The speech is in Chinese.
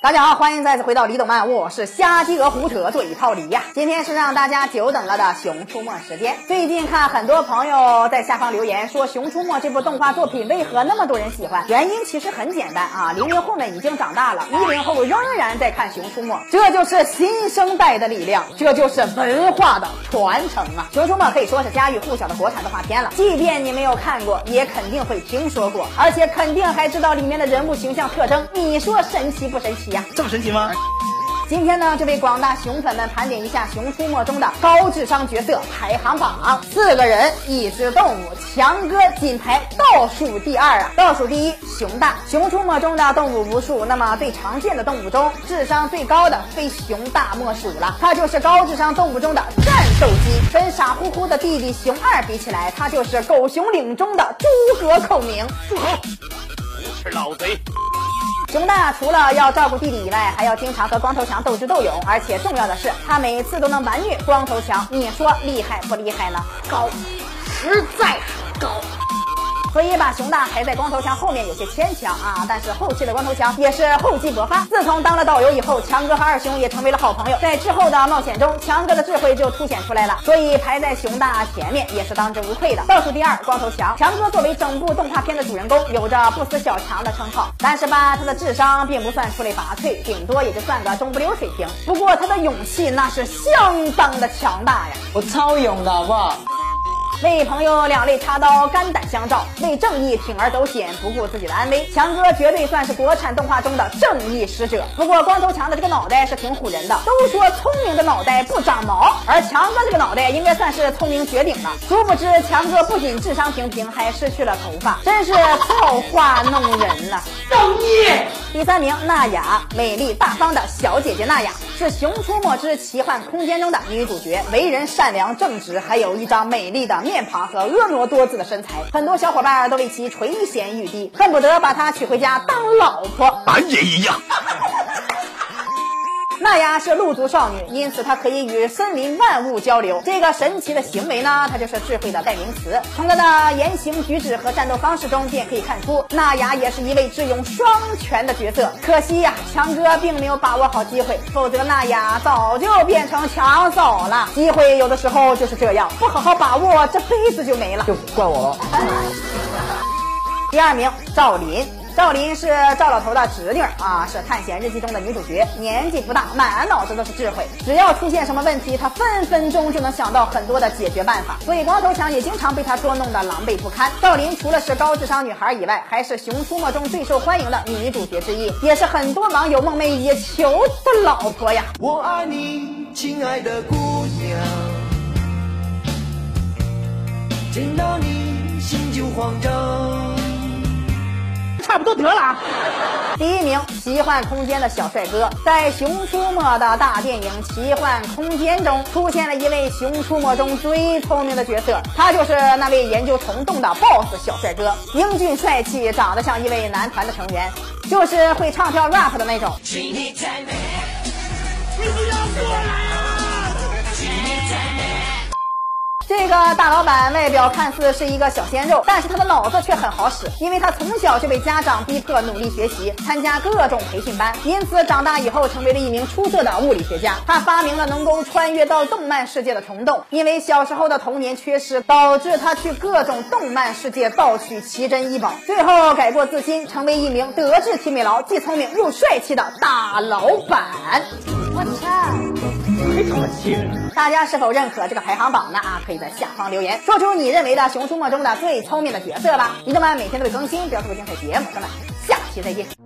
大家好，欢迎再次回到李动漫，我是瞎鸡鹅胡扯嘴炮李呀。今天是让大家久等了的《熊出没》时间。最近看很多朋友在下方留言说，《熊出没》这部动画作品为何那么多人喜欢？原因其实很简单啊，00后们已经长大了，10后仍然在看《熊出没》，这就是新生代的力量，这就是文化的传承啊！《熊出没》可以说是家喻户晓的国产动画片了，即便你没有看过，也肯定会听说过，而且肯定还知道里面的人物形象特征。你说神奇不神奇？ 这么神奇吗？ 今天呢，就为广大熊粉们盘点一下《熊出没》中的高智商角色排行榜，4个人1只动物，强哥仅排倒数第2啊，倒数第1熊大。熊出没中的动物无数，那么最常见的动物中，智商最高的非熊大莫属了，它就是高智商动物中的战斗机。跟傻乎乎的弟弟熊2比起来，它就是狗熊岭中的诸葛孔明。 住口！无耻老贼！ 熊大除了要照顾弟弟以外，还要经常和光头强斗智斗勇，而且重要的是，他每次都能完虐光头强。你说厉害不厉害呢？高，实在是高。所以把熊大排在光头强后面有些牵强啊，但是后期的光头强也是厚积薄发。自从当了导游以后，强哥和二熊也成为了好朋友，在之后的冒险中，强哥的智慧就凸显出来了，所以排在熊大前面也是当之无愧的。倒数第2，光头强。强哥作为整部动画片的主人公，有着不死小强的称号，但是吧，他的智商并不算出类拔萃，顶多也就算个中不溜水平。不过他的勇气那是相当的强大呀， 我超勇的好不好？ 为朋友两肋插刀，肝胆相照，为正义铤而走险，不顾自己的安危。强哥绝对算是国产动画中的正义使者。不过光头强的这个脑袋是挺唬人的，都说聪明的脑袋不长毛，而强哥这个脑袋应该算是聪明绝顶了。殊不知强哥不仅智商平平，还失去了头发，真是造化弄人呐！ 造孽！ 第3名，娜雅，美丽大方的小姐姐娜雅，是《熊出没之奇幻空间》中的女主角，为人善良正直，还有一张美丽的面庞和婀娜多姿的身材，很多小伙伴都为其垂涎欲滴，恨不得把她娶回家当老婆。 俺也一样。 娜雅是陆族少女，因此她可以与森林万物交流。这个神奇的行为呢，它就是智慧的代名词。从她的言行举止和战斗方式中便可以看出，娜雅也是一位智勇双全的角色。可惜呀，强哥并没有把握好机会，否则娜雅早就变成强嫂了。机会有的时候就是这样，不好好把握，这辈子就没了。 就怪我了。 第2名，赵琳。赵琳是赵老头的侄女啊，是探险日记中的女主角，年纪不大，满脑子都是智慧，只要出现什么问题，她分分钟就能想到很多的解决办法，所以光头强也经常被她捉弄得狼狈不堪。赵琳除了是高智商女孩以外，还是《熊出没》中最受欢迎的女主角之一，也是很多网友梦寐以求的老婆呀。 我爱你，亲爱的姑娘，见到你心就慌张。 差不多得了啊！ 第1名，奇幻空间的小帅哥。在《熊出没》的大电影《奇幻空间》中，出现了一位《熊出没》中最聪明的角色，他就是那位研究虫洞的 BOSS 小帅哥，英俊帅气，长得像一位男团的成员，就是会唱跳 rap 的那种。 你不要过来啊！ 这个大老板外表看似是一个小鲜肉，但是他的脑子却很好使，因为他从小就被家长逼迫努力学习，参加各种培训班，因此长大以后成为了一名出色的物理学家。他发明了能够穿越到动漫世界的虫洞，因为小时候的童年缺失，导致他去各种动漫世界盗取奇珍异宝，最后改过自新，成为一名德智体美劳，既聪明又帅气的大老板。我操！ 太可气了！ 大家是否认可这个排行榜呢？可以在下方留言，说出你认为的《熊出没》中的最聪明的角色吧。李动漫每天都会更新，不要错过精彩节目，咱们下期再见。